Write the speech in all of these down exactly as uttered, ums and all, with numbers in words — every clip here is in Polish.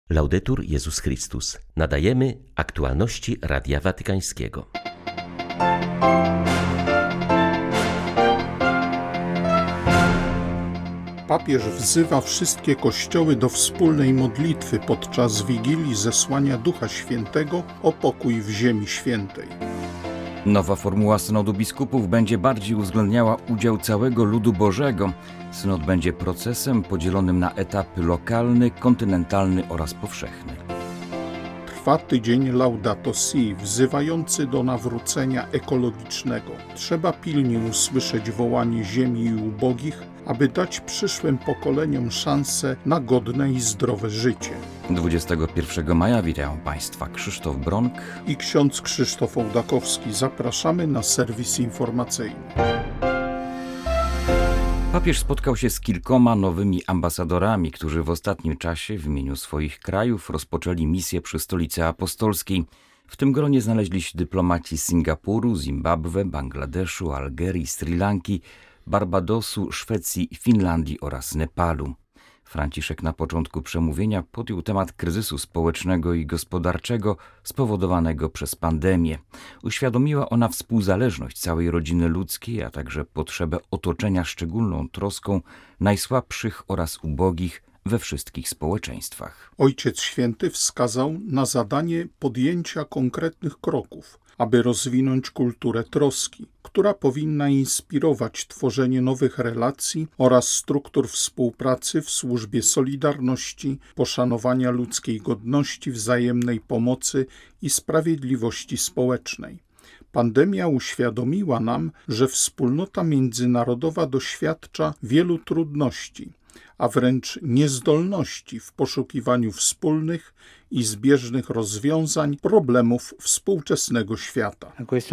Laudetur Jezus Chrystus. Nadajemy aktualności Radia Watykańskiego. Papież wzywa wszystkie kościoły do wspólnej modlitwy podczas Wigilii zesłania Ducha Świętego o pokój w Ziemi Świętej. Nowa formuła Synodu Biskupów będzie bardziej uwzględniała udział całego ludu Bożego. Synod będzie procesem podzielonym na etapy lokalny, kontynentalny oraz powszechny. Trwa tydzień Laudato Si, wzywający do nawrócenia ekologicznego. Trzeba pilnie usłyszeć wołanie ziemi i ubogich, aby dać przyszłym pokoleniom szansę na godne i zdrowe życie. dwudziestego pierwszego maja witają Państwa Krzysztof Bronk i ksiądz Krzysztof Ołdakowski. Zapraszamy na serwis informacyjny. Papież spotkał się z kilkoma nowymi ambasadorami, którzy w ostatnim czasie w imieniu swoich krajów rozpoczęli misję przy Stolicy Apostolskiej. W tym gronie znaleźli się dyplomaci z Singapuru, Zimbabwe, Bangladeszu, Algierii, Sri Lanki, Barbadosu, Szwecji, Finlandii oraz Nepalu. Franciszek na początku przemówienia podjął temat kryzysu społecznego i gospodarczego spowodowanego przez pandemię. Uświadomiła ona współzależność całej rodziny ludzkiej, a także potrzebę otoczenia szczególną troską najsłabszych oraz ubogich we wszystkich społeczeństwach. Ojciec Święty wskazał na zadanie podjęcia konkretnych kroków, aby rozwinąć kulturę troski, która powinna inspirować tworzenie nowych relacji oraz struktur współpracy w służbie solidarności, poszanowania ludzkiej godności, wzajemnej pomocy i sprawiedliwości społecznej. Pandemia uświadomiła nam, że wspólnota międzynarodowa doświadcza wielu trudności, a wręcz niezdolności w poszukiwaniu wspólnych i zbieżnych rozwiązań problemów współczesnego świata.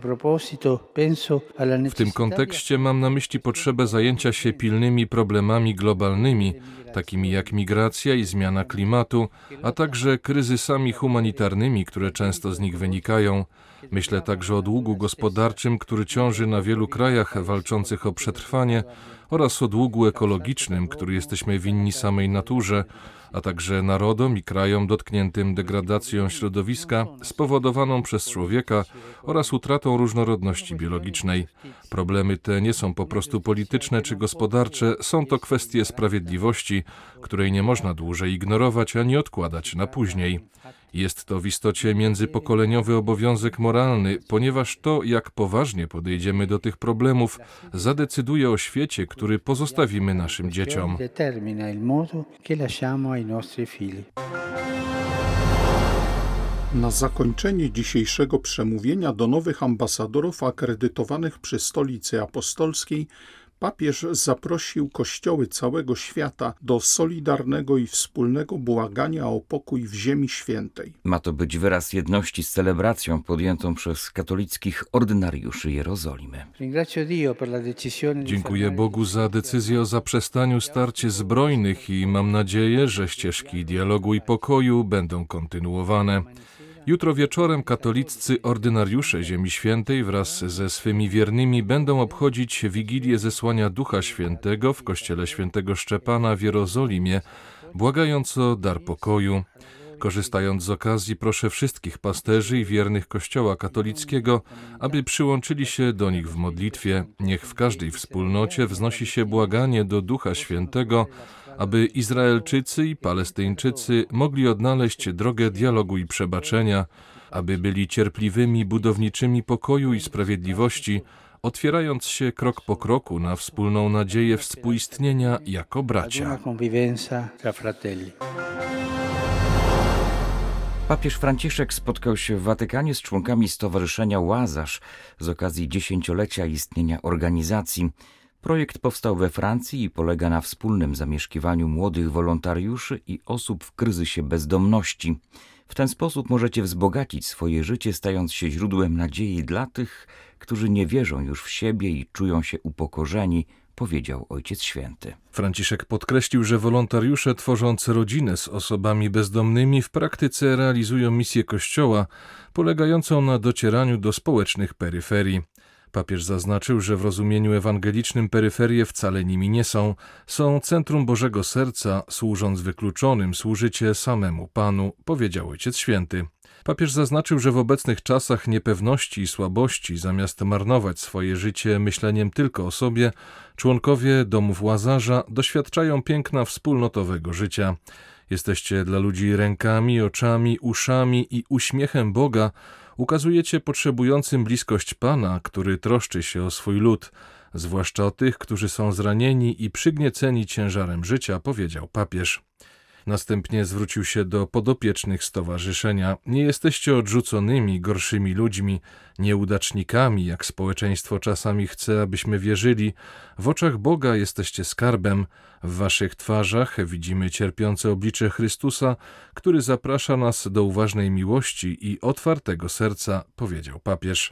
W tym kontekście mam na myśli potrzebę zajęcia się pilnymi problemami globalnymi, takimi jak migracja i zmiana klimatu, a także kryzysami humanitarnymi, które często z nich wynikają. Myślę także o długu gospodarczym, który ciąży na wielu krajach walczących o przetrwanie, oraz o długu ekologicznym, który jesteśmy winni samej naturze, a także narodom i krajom dotkniętym degradacją środowiska spowodowaną przez człowieka oraz utratą różnorodności biologicznej. Problemy te nie są po prostu polityczne czy gospodarcze, są to kwestie sprawiedliwości, której nie można dłużej ignorować ani odkładać na później. Jest to w istocie międzypokoleniowy obowiązek moralny, ponieważ to, jak poważnie podejdziemy do tych problemów, zadecyduje o świecie, który pozostawimy naszym dzieciom. Na zakończenie dzisiejszego przemówienia do nowych ambasadorów akredytowanych przy Stolicy Apostolskiej papież zaprosił kościoły całego świata do solidarnego i wspólnego błagania o pokój w Ziemi Świętej. Ma to być wyraz jedności z celebracją podjętą przez katolickich ordynariuszy Jerozolimy. Dziękuję Bogu za decyzję o zaprzestaniu starć zbrojnych i mam nadzieję, że ścieżki dialogu i pokoju będą kontynuowane. Jutro wieczorem katoliccy ordynariusze Ziemi Świętej wraz ze swymi wiernymi będą obchodzić Wigilię zesłania Ducha Świętego w kościele świętego Szczepana w Jerozolimie, błagając o dar pokoju. Korzystając z okazji, proszę wszystkich pasterzy i wiernych Kościoła katolickiego, aby przyłączyli się do nich w modlitwie. Niech w każdej wspólnocie wznosi się błaganie do Ducha Świętego, aby Izraelczycy i Palestyńczycy mogli odnaleźć drogę dialogu i przebaczenia, aby byli cierpliwymi budowniczymi pokoju i sprawiedliwości, otwierając się krok po kroku na wspólną nadzieję współistnienia jako bracia. Papież Franciszek spotkał się w Watykanie z członkami Stowarzyszenia Łazarz z okazji dziesięciolecia istnienia organizacji. Projekt powstał we Francji i polega na wspólnym zamieszkiwaniu młodych wolontariuszy i osób w kryzysie bezdomności. W ten sposób możecie wzbogacić swoje życie, stając się źródłem nadziei dla tych, którzy nie wierzą już w siebie i czują się upokorzeni, powiedział Ojciec Święty. Franciszek podkreślił, że wolontariusze, tworząc rodzinę z osobami bezdomnymi, w praktyce realizują misję Kościoła, polegającą na docieraniu do społecznych peryferii. Papież zaznaczył, że w rozumieniu ewangelicznym peryferie wcale nimi nie są. Są centrum Bożego Serca, służąc wykluczonym, służycie samemu Panu, powiedział Ojciec Święty. Papież zaznaczył, że w obecnych czasach niepewności i słabości, zamiast marnować swoje życie myśleniem tylko o sobie, członkowie domów Łazarza doświadczają piękna wspólnotowego życia. Jesteście dla ludzi rękami, oczami, uszami i uśmiechem Boga. Ukazujecie potrzebującym bliskość Pana, który troszczy się o swój lud, zwłaszcza o tych, którzy są zranieni i przygnieceni ciężarem życia, powiedział papież. Następnie zwrócił się do podopiecznych stowarzyszenia. Nie jesteście odrzuconymi, gorszymi ludźmi, nieudacznikami, jak społeczeństwo czasami chce, abyśmy wierzyli. W oczach Boga jesteście skarbem. W waszych twarzach widzimy cierpiące oblicze Chrystusa, który zaprasza nas do uważnej miłości i otwartego serca, powiedział papież.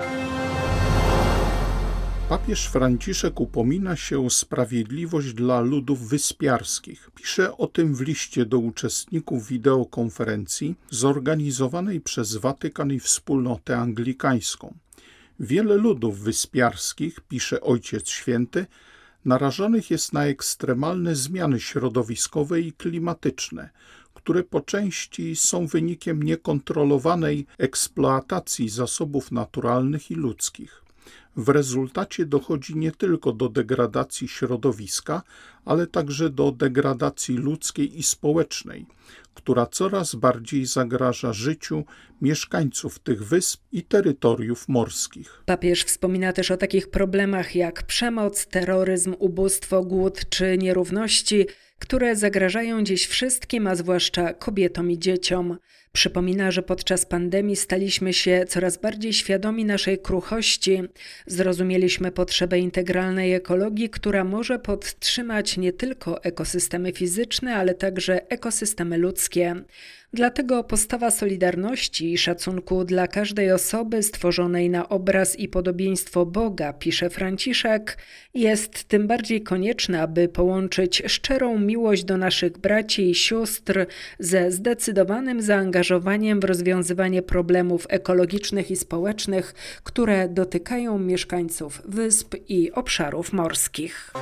Papież Franciszek upomina się o sprawiedliwość dla ludów wyspiarskich. Pisze o tym w liście do uczestników wideokonferencji zorganizowanej przez Watykan i Wspólnotę Anglikańską. Wiele ludów wyspiarskich, pisze Ojciec Święty, narażonych jest na ekstremalne zmiany środowiskowe i klimatyczne, które po części są wynikiem niekontrolowanej eksploatacji zasobów naturalnych i ludzkich. W rezultacie dochodzi nie tylko do degradacji środowiska, ale także do degradacji ludzkiej i społecznej, która coraz bardziej zagraża życiu mieszkańców tych wysp i terytoriów morskich. Papież wspomina też o takich problemach jak przemoc, terroryzm, ubóstwo, głód czy nierówności, które zagrażają dziś wszystkim, a zwłaszcza kobietom i dzieciom. Przypomina, że podczas pandemii staliśmy się coraz bardziej świadomi naszej kruchości. Zrozumieliśmy potrzebę integralnej ekologii, która może podtrzymać nie tylko ekosystemy fizyczne, ale także ekosystemy ludzkie. Dlatego postawa solidarności i szacunku dla każdej osoby stworzonej na obraz i podobieństwo Boga, pisze Franciszek, jest tym bardziej konieczna, aby połączyć szczerą miłość do naszych braci i sióstr ze zdecydowanym zaangażowaniem w rozwiązywanie problemów ekologicznych i społecznych, które dotykają mieszkańców wysp i obszarów morskich.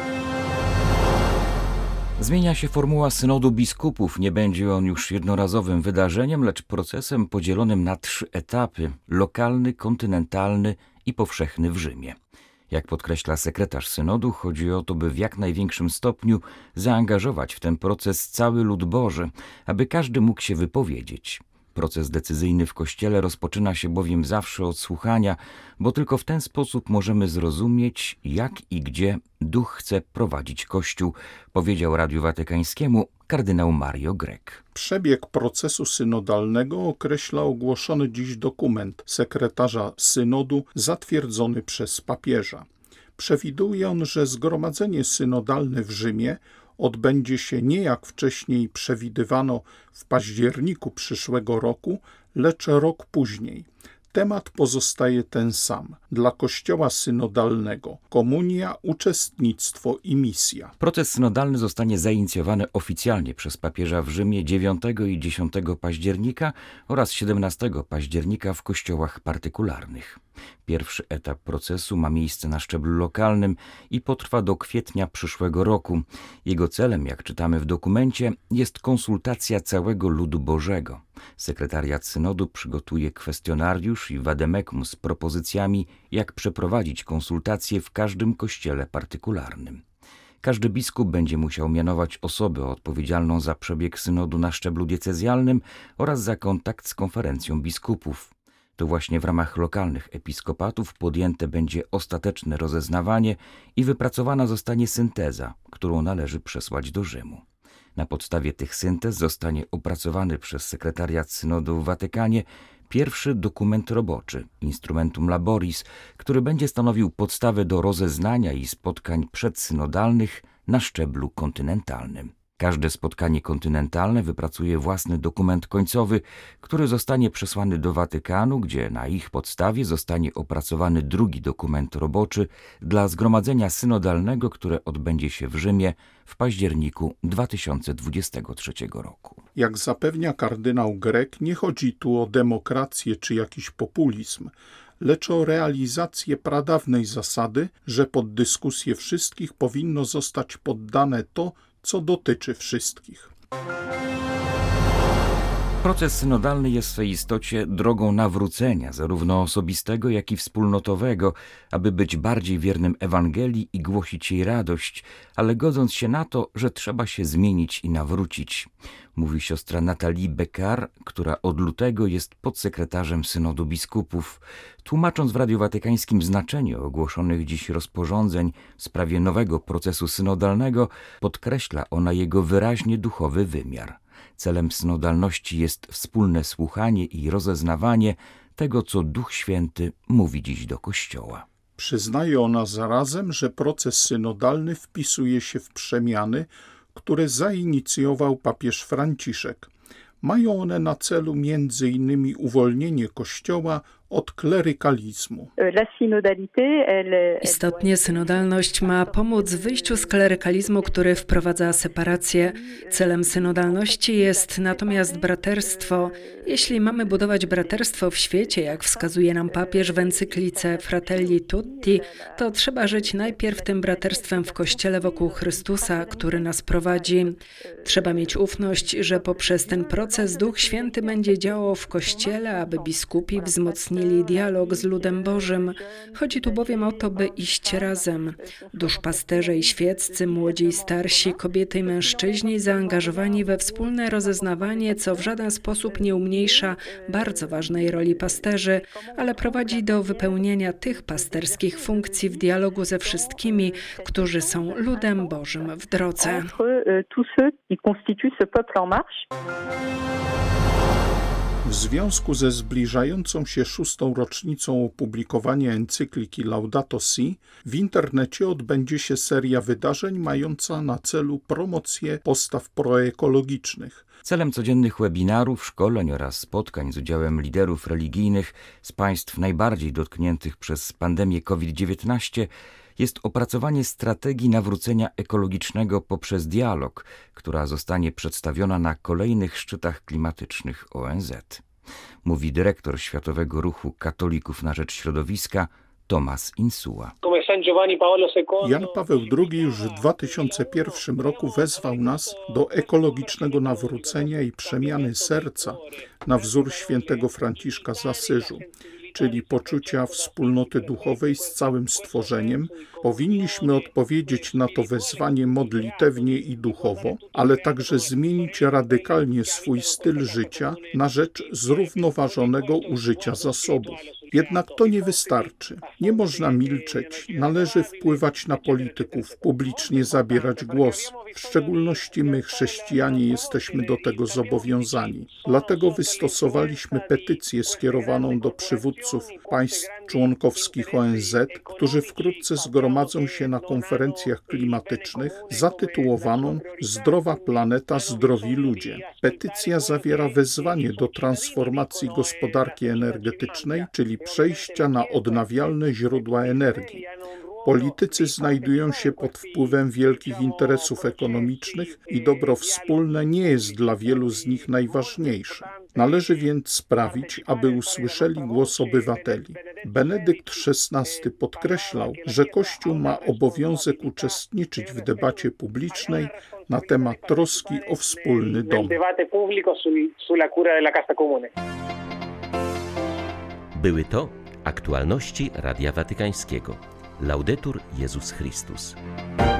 Zmienia się formuła synodu biskupów. Nie będzie on już jednorazowym wydarzeniem, lecz procesem podzielonym na trzy etapy: lokalny, kontynentalny i powszechny w Rzymie. Jak podkreśla sekretarz synodu, chodzi o to, by w jak największym stopniu zaangażować w ten proces cały lud Boży, aby każdy mógł się wypowiedzieć. Proces decyzyjny w Kościele rozpoczyna się bowiem zawsze od słuchania, bo tylko w ten sposób możemy zrozumieć, jak i gdzie Duch chce prowadzić Kościół, powiedział Radiu Watykańskiemu kardynał Mario Grech. Przebieg procesu synodalnego określa ogłoszony dziś dokument sekretarza synodu zatwierdzony przez papieża. Przewiduje on, że zgromadzenie synodalne w Rzymie odbędzie się nie jak wcześniej przewidywano w październiku przyszłego roku, lecz rok później. Temat pozostaje ten sam. Dla Kościoła synodalnego komunia, uczestnictwo i misja. Proces synodalny zostanie zainicjowany oficjalnie przez papieża w Rzymie dziewiątego i dziesiątego października oraz siedemnastego października w kościołach partykularnych. Pierwszy etap procesu ma miejsce na szczeblu lokalnym i potrwa do kwietnia przyszłego roku. Jego celem, jak czytamy w dokumencie, jest konsultacja całego ludu Bożego. Sekretariat synodu przygotuje kwestionariusz i wademekum z propozycjami, jak przeprowadzić konsultacje w każdym kościele partykularnym. Każdy biskup będzie musiał mianować osobę odpowiedzialną za przebieg synodu na szczeblu diecezjalnym oraz za kontakt z konferencją biskupów. To właśnie w ramach lokalnych episkopatów podjęte będzie ostateczne rozeznawanie i wypracowana zostanie synteza, którą należy przesłać do Rzymu. Na podstawie tych syntez zostanie opracowany przez sekretariat synodu w Watykanie pierwszy dokument roboczy, Instrumentum Laboris, który będzie stanowił podstawę do rozeznania i spotkań przedsynodalnych na szczeblu kontynentalnym. Każde spotkanie kontynentalne wypracuje własny dokument końcowy, który zostanie przesłany do Watykanu, gdzie na ich podstawie zostanie opracowany drugi dokument roboczy dla zgromadzenia synodalnego, które odbędzie się w Rzymie w październiku dwa tysiące dwudziestego trzeciego roku. Jak zapewnia kardynał Grech, nie chodzi tu o demokrację czy jakiś populizm, lecz o realizację pradawnej zasady, że pod dyskusję wszystkich powinno zostać poddane to, co dotyczy wszystkich. Proces synodalny jest w swej istocie drogą nawrócenia, zarówno osobistego, jak i wspólnotowego, aby być bardziej wiernym Ewangelii i głosić jej radość, ale godząc się na to, że trzeba się zmienić i nawrócić. Mówi siostra Nathalie Beccard, która od lutego jest podsekretarzem Synodu Biskupów. Tłumacząc w Radiu Watykańskim znaczenie ogłoszonych dziś rozporządzeń w sprawie nowego procesu synodalnego, podkreśla ona jego wyraźnie duchowy wymiar. Celem synodalności jest wspólne słuchanie i rozeznawanie tego, co Duch Święty mówi dziś do Kościoła. Przyznaje ona zarazem, że proces synodalny wpisuje się w przemiany, które zainicjował papież Franciszek. Mają one na celu między innymi uwolnienie Kościoła od klerykalizmu. Istotnie synodalność ma pomóc w wyjściu z klerykalizmu, który wprowadza separację. Celem synodalności jest natomiast braterstwo. Jeśli mamy budować braterstwo w świecie, jak wskazuje nam papież w encyklice Fratelli Tutti, to trzeba żyć najpierw tym braterstwem w Kościele wokół Chrystusa, który nas prowadzi. Trzeba mieć ufność, że poprzez ten proces Duch Święty będzie działał w Kościele, aby biskupi wzmocnili dialog z ludem Bożym. Chodzi tu bowiem o to, by iść razem. Duszpasterze i świeccy, młodzi i starsi, kobiety i mężczyźni zaangażowani we wspólne rozeznawanie, co w żaden sposób nie umniejsza bardzo ważnej roli pasterzy, ale prowadzi do wypełnienia tych pasterskich funkcji w dialogu ze wszystkimi, którzy są ludem Bożym w drodze. W związku ze zbliżającą się szóstą rocznicą opublikowania encykliki Laudato Si w internecie odbędzie się seria wydarzeń mająca na celu promocję postaw proekologicznych. Celem codziennych webinarów, szkoleń oraz spotkań z udziałem liderów religijnych z państw najbardziej dotkniętych przez pandemię kowid dziewiętnaście jest opracowanie strategii nawrócenia ekologicznego poprzez dialog, która zostanie przedstawiona na kolejnych szczytach klimatycznych O N Z. Mówi dyrektor Światowego Ruchu Katolików na Rzecz Środowiska Tomasz Insua. Jan Paweł drugi już w dwa tysiące pierwszym roku wezwał nas do ekologicznego nawrócenia i przemiany serca na wzór świętego Franciszka z Asyżu, czyli poczucia wspólnoty duchowej z całym stworzeniem. Powinniśmy odpowiedzieć na to wezwanie modlitewnie i duchowo, ale także zmienić radykalnie swój styl życia na rzecz zrównoważonego użycia zasobów. Jednak to nie wystarczy. Nie można milczeć, należy wpływać na polityków, publicznie zabierać głos. W szczególności my, chrześcijanie, jesteśmy do tego zobowiązani. Dlatego wystosowaliśmy petycję skierowaną do przywódców państw członkowskich O N Z, którzy wkrótce zgromadzą się na konferencjach klimatycznych, zatytułowaną Zdrowa planeta, zdrowi ludzie. Petycja zawiera wezwanie do transformacji gospodarki energetycznej, czyli przejścia na odnawialne źródła energii. Politycy znajdują się pod wpływem wielkich interesów ekonomicznych i dobro wspólne nie jest dla wielu z nich najważniejsze. Należy więc sprawić, aby usłyszeli głos obywateli. Benedykt szesnasty podkreślał, że Kościół ma obowiązek uczestniczyć w debacie publicznej na temat troski o wspólny dom. Były to aktualności Radia Watykańskiego. Laudetur Jezus Chrystus.